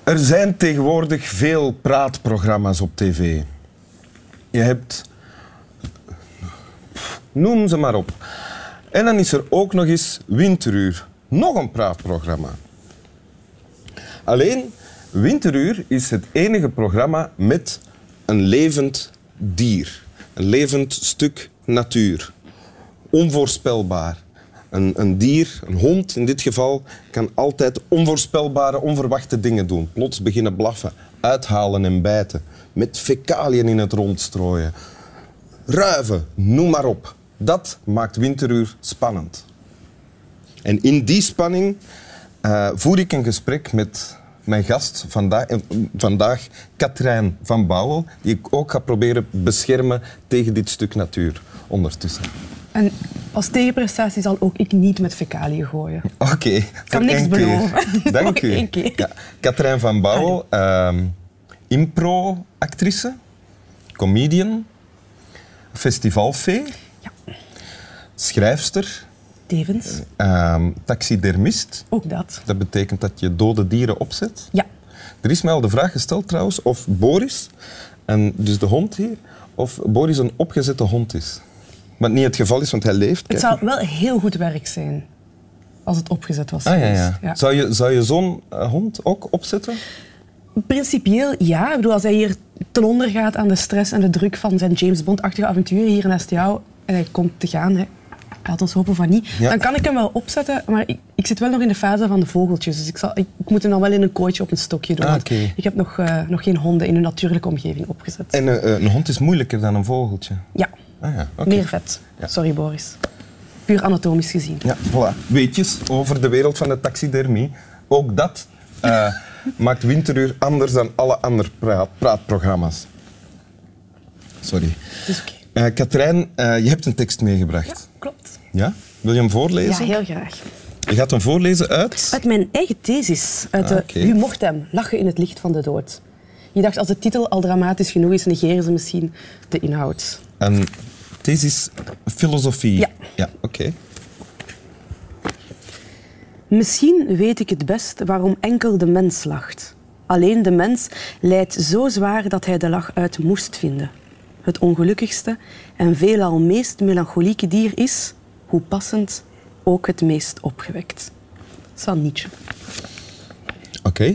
Er zijn tegenwoordig veel praatprogramma's op tv. Je hebt... Noem ze maar op. En dan is er ook nog eens Winteruur. Nog een praatprogramma. Alleen, Winteruur is het enige programma met een levend dier. Een levend stuk natuur. Onvoorspelbaar. Een dier, een hond in dit geval, kan altijd onvoorspelbare, onverwachte dingen doen. Plots beginnen blaffen, uithalen en bijten. Met fecaliën in het rond strooien. Ruiven, noem maar op. Dat maakt Winteruur spannend. En in die spanning voer ik een gesprek met mijn gast vandaag Katrijn van Bouwel, die ik ook ga proberen beschermen tegen dit stuk natuur ondertussen. En als tegenprestatie zal ook ik niet met fecaliën gooien. Oké. Ik kan niks beloven. Dank u. Ja, Katrijn van Bouwel, impro-actrice, comedian, festivalfee, ja. Schrijfster, tevens, taxidermist. Ook dat. Dat betekent dat je dode dieren opzet. Ja. Er is mij al de vraag gesteld trouwens of Boris, en dus de hond hier, of Boris een opgezette hond is. Wat niet het geval is, want hij leeft. Het zou wel heel goed werk zijn als het opgezet was. Ja. Zou je zo'n hond ook opzetten? Principieel ja. Ik bedoel, als hij hier ten onder gaat aan de stress en de druk van zijn James Bond-achtige avonturen hier naast jou en hij komt te gaan, laat ons hopen van niet, dan kan ik hem wel opzetten, maar ik zit wel nog in de fase van de vogeltjes. Dus ik moet hem dan wel in een kooitje op een stokje doen. Okay. Ik heb nog geen honden in hun natuurlijke omgeving opgezet. En een hond is moeilijker dan een vogeltje? Ja. Okay. Meer vet. Ja. Sorry, Boris. Puur anatomisch gezien. Ja, voilà. Weetjes over de wereld van de taxidermie. Ook dat maakt Winteruur anders dan alle andere praatprogramma's. Sorry. Het is oké. Katrijn, je hebt een tekst meegebracht. Ja, klopt. Ja? Wil je hem voorlezen? Ja, heel graag. Je gaat hem voorlezen uit? Uit mijn eigen thesis. Uit de Humortem, Lachen in het licht van de dood. Je dacht, als de titel al dramatisch genoeg is, negeren ze misschien de inhoud. Een thesis filosofie? Ja. Oké. Misschien weet ik het best waarom enkel de mens lacht. Alleen de mens lijdt zo zwaar dat hij de lach uit moest vinden. Het ongelukkigste en veelal meest melancholieke dier is, hoe passend, ook het meest opgewekt. Dat is van Nietzsche. Oké.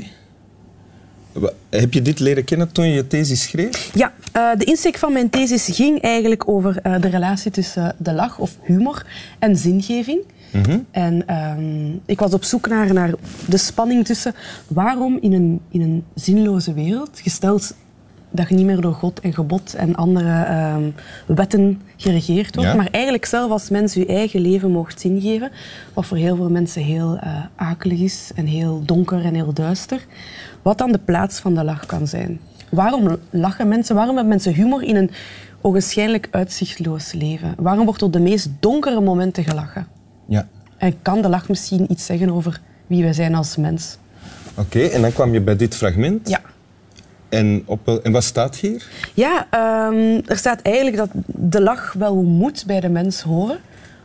Heb je dit leren kennen toen je thesis schreef? Ja, de insteek van mijn thesis ging eigenlijk over de relatie tussen de lach of humor en zingeving. Mm-hmm. En ik was op zoek naar de spanning tussen waarom in een zinloze wereld, gesteld dat je niet meer door God en gebod en andere wetten geregeerd wordt, maar eigenlijk zelf als mens je eigen leven mocht zingeven, wat voor heel veel mensen heel akelig is en heel donker en heel duister, wat dan de plaats van de lach kan zijn. Waarom lachen mensen? Waarom hebben mensen humor in een ogenschijnlijk uitzichtloos leven? Waarom wordt op de meest donkere momenten gelachen? Ja. En kan de lach misschien iets zeggen over wie wij zijn als mens? Oké, en dan kwam je bij dit fragment. Ja. En wat staat hier? Ja, er staat eigenlijk dat de lach wel moet bij de mens horen.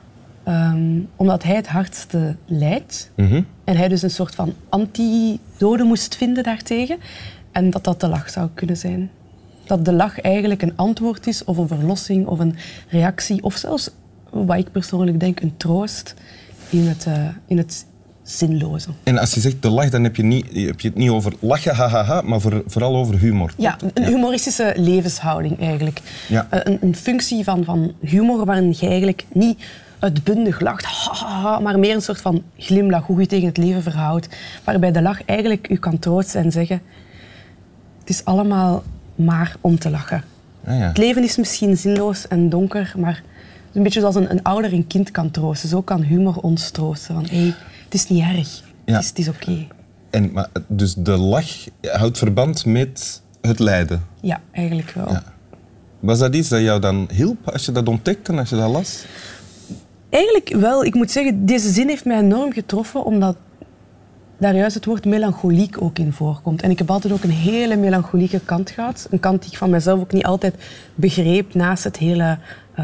Omdat hij het hardste lijdt. Mm-hmm. En hij dus een soort van antidode moest vinden daartegen. En dat de lach zou kunnen zijn. Dat de lach eigenlijk een antwoord is, of een verlossing, of een reactie. Of zelfs, wat ik persoonlijk denk, een troost in het zinloze. En als je zegt de lach, dan heb je het niet over lachen, hahaha, maar vooral over humor. Ja, een humoristische levenshouding eigenlijk. Ja. Een functie van humor waarin je eigenlijk niet uitbundig lacht, maar meer een soort van glimlach, hoe je tegen het leven verhoudt. Waarbij de lach eigenlijk je kan troosten en zeggen, het is allemaal maar om te lachen. Ja. Het leven is misschien zinloos en donker, maar een beetje zoals een ouder een kind kan troosten. Zo kan humor ons troosten. Van, hey, het is niet erg, het is oké. Dus de lach houdt verband met het lijden? Ja, eigenlijk wel. Ja. Was dat iets dat jou dan hielp als je dat ontdekte en als je dat las? Eigenlijk wel. Ik moet zeggen, deze zin heeft mij enorm getroffen, omdat daar juist het woord melancholiek ook in voorkomt. En ik heb altijd ook een hele melancholieke kant gehad. Een kant die ik van mezelf ook niet altijd begreep, naast het hele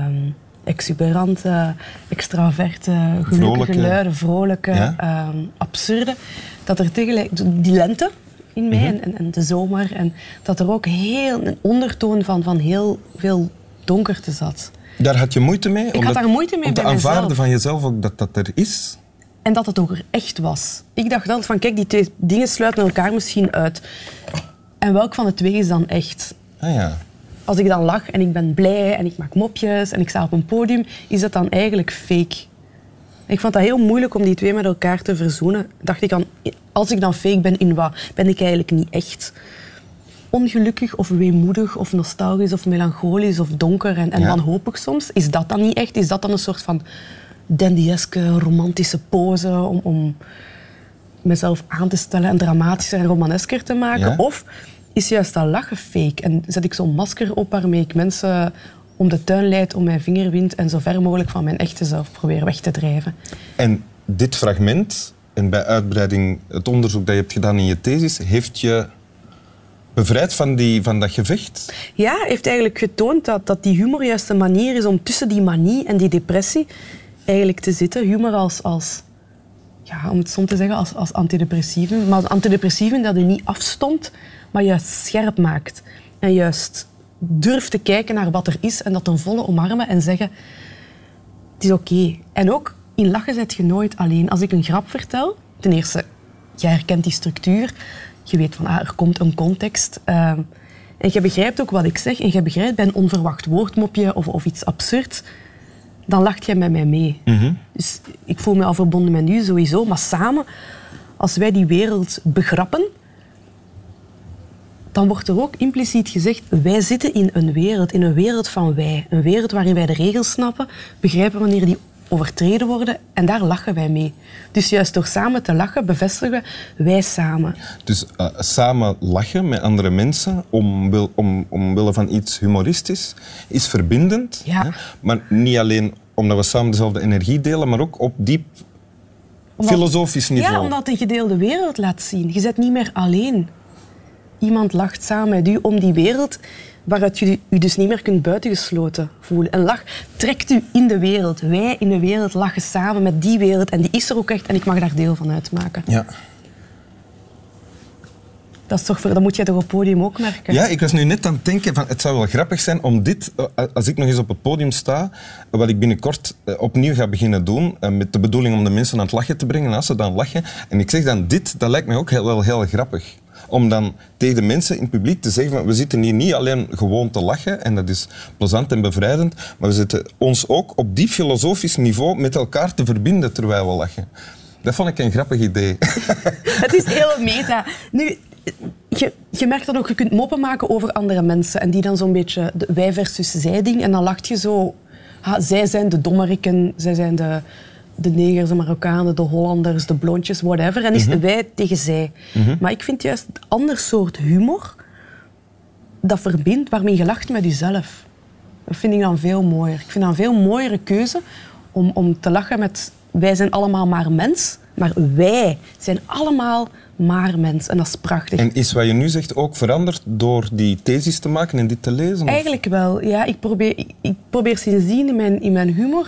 exuberante, extraverte, gelukkige luiden, vrolijke, absurde. Dat er tegelijk die lente, in mij en de zomer. En dat er ook een ondertoon van heel veel donkerte zat. Daar had je moeite mee? Ik had daar moeite mee om te bij aanvaarden mezelf. van jezelf ook dat er is? En dat het ook er echt was. Ik dacht altijd van, kijk, die twee dingen sluiten elkaar misschien uit. En welk van de twee is dan echt? Ah ja. Als ik dan lach en ik ben blij en ik maak mopjes en ik sta op een podium, is dat dan eigenlijk fake? Ik vond dat heel moeilijk om die twee met elkaar te verzoenen. Dacht ik aan, als ik dan fake ben, in wat ben ik eigenlijk niet echt? Ongelukkig of weemoedig of nostalgisch of melancholisch of donker en wanhopig soms. Is dat dan niet echt? Is dat dan een soort van dandyeske, romantische pose om mezelf aan te stellen en dramatischer en romanesker te maken? Ja. Of is juist dat lachen fake? En zet ik zo'n masker op waarmee ik mensen om de tuin leid, om mijn vinger wind en zo ver mogelijk van mijn echte zelf probeer weg te drijven? En dit fragment, en bij uitbreiding het onderzoek dat je hebt gedaan in je thesis, heeft je bevrijd van dat gevecht? Ja, heeft eigenlijk getoond dat die humor juist een manier is om tussen die manie en die depressie eigenlijk te zitten. Humor als ja, om het zo te zeggen, als antidepressivum. Maar als antidepressivum dat je niet afstomt, maar juist scherp maakt. En juist durft te kijken naar wat er is en dat ten volle omarmen en zeggen, het is oké. En ook, in lachen zit je nooit alleen. Als ik een grap vertel, ten eerste, jij herkent die structuur. Je weet van, er komt een context. En je begrijpt ook wat ik zeg. En je begrijpt bij een onverwacht woordmopje of iets absurd, dan lacht jij met mij mee. Dus ik voel me al verbonden met u sowieso. Maar samen, als wij die wereld begrappen, dan wordt er ook impliciet gezegd, wij zitten in een wereld van wij. Een wereld waarin wij de regels snappen, begrijpen wanneer die overtreden worden en daar lachen wij mee. Dus juist door samen te lachen bevestigen wij samen. Dus samen lachen met andere mensen omwille van iets humoristisch is verbindend. Ja. Hè? Maar niet alleen omdat we samen dezelfde energie delen, maar ook op diep filosofisch niveau. Ja, omdat het een gedeelde wereld laat zien. Je bent niet meer alleen. Iemand lacht samen met u om die wereld waaruit je je dus niet meer kunt buitengesloten voelen. Een lach trekt u in de wereld. Wij in de wereld lachen samen met die wereld en die is er ook echt en ik mag daar deel van uitmaken. Ja. Dat moet je toch op het podium ook merken? Ja, ik was nu net aan het denken van het zou wel grappig zijn om dit, als ik nog eens op het podium sta, wat ik binnenkort opnieuw ga beginnen doen, met de bedoeling om de mensen aan het lachen te brengen, als ze dan lachen. En ik zeg dan dit, dat lijkt mij ook wel heel grappig. Om dan tegen de mensen in het publiek te zeggen, van, we zitten hier niet alleen gewoon te lachen, en dat is plezant en bevrijdend, maar we zitten ons ook op die filosofisch niveau met elkaar te verbinden terwijl we lachen. Dat vond ik een grappig idee. Het is heel meta. Nu, je merkt dan ook, je kunt moppen maken over andere mensen en die dan zo'n beetje de wij versus zij ding en dan lacht je zo, zij zijn de dommeriken, zij zijn de negers, de Marokkanen, de Hollanders, de blondjes, whatever. En is het wij tegen zij. Maar ik vind juist een ander soort humor dat verbindt, waarmee je lacht met jezelf. Dat vind ik dan veel mooier. Ik vind dat een veel mooiere keuze om te lachen met wij zijn allemaal maar mens, maar wij zijn allemaal maar mens. En dat is prachtig. En is wat je nu zegt ook veranderd door die thesis te maken en dit te lezen? Of? Eigenlijk wel, ja. Ik probeer sindsdien in mijn humor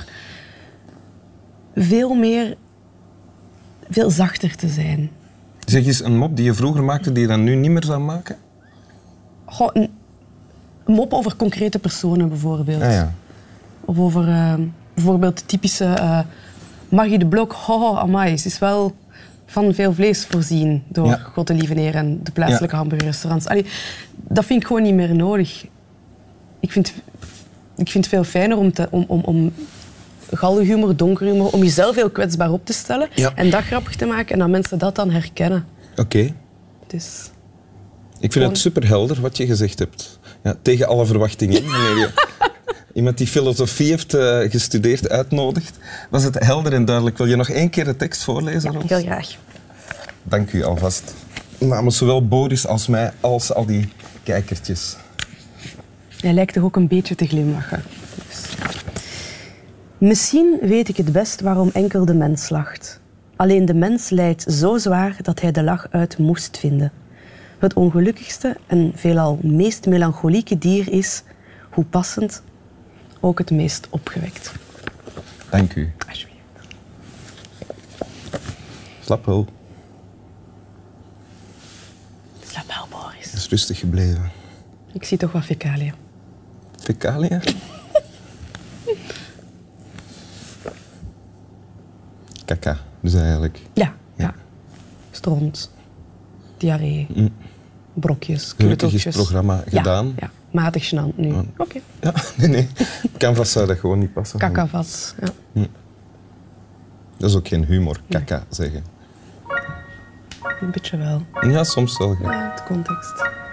veel zachter te zijn. Zeg eens een mop die je vroeger maakte, die je dan nu niet meer zou maken? Goh, een mop over concrete personen bijvoorbeeld. Ah, ja. Of over bijvoorbeeld de typische Magie de Blok, amai, ze is wel van veel vlees voorzien door God de lieve Heer en de plaatselijke hamburgerrestaurants. Allee, dat vind ik gewoon niet meer nodig. Ik vind het veel fijner om galgenhumor, donkerhumor, om jezelf heel kwetsbaar op te stellen en dat grappig te maken en dat mensen dat dan herkennen. Oké. Dus, ik vind het superhelder wat je gezegd hebt. Ja, tegen alle verwachtingen. Wanneer je iemand die filosofie heeft gestudeerd uitnodigt, was het helder en duidelijk. Wil je nog één keer de tekst voorlezen? Ja, heel graag. Dank u alvast. Namens zowel Boris als mij, als al die kijkertjes. Hij lijkt toch ook een beetje te glimlachen. Dus. Misschien weet ik het best waarom enkel de mens lacht. Alleen de mens lijdt zo zwaar dat hij de lach uit moest vinden. Het ongelukkigste en veelal meest melancholieke dier is, hoe passend, ook het meest opgewekt. Dank u. Alsjeblieft. Slap wel. is rustig gebleven. Ik zie toch wat fecaliën. Fecaliën? Kaka, dus eigenlijk. Ja. Stront, diarree, brokjes, Gelukkig is knutteltjes. het programma gedaan. Ja. Matig gênant nu. Oké. Ja, nee. Canvas zou dat gewoon niet passen. Kakavas. Ja. Dat is ook geen humor, kaka zeggen. Een beetje wel. Ja, soms wel. Ja, de context.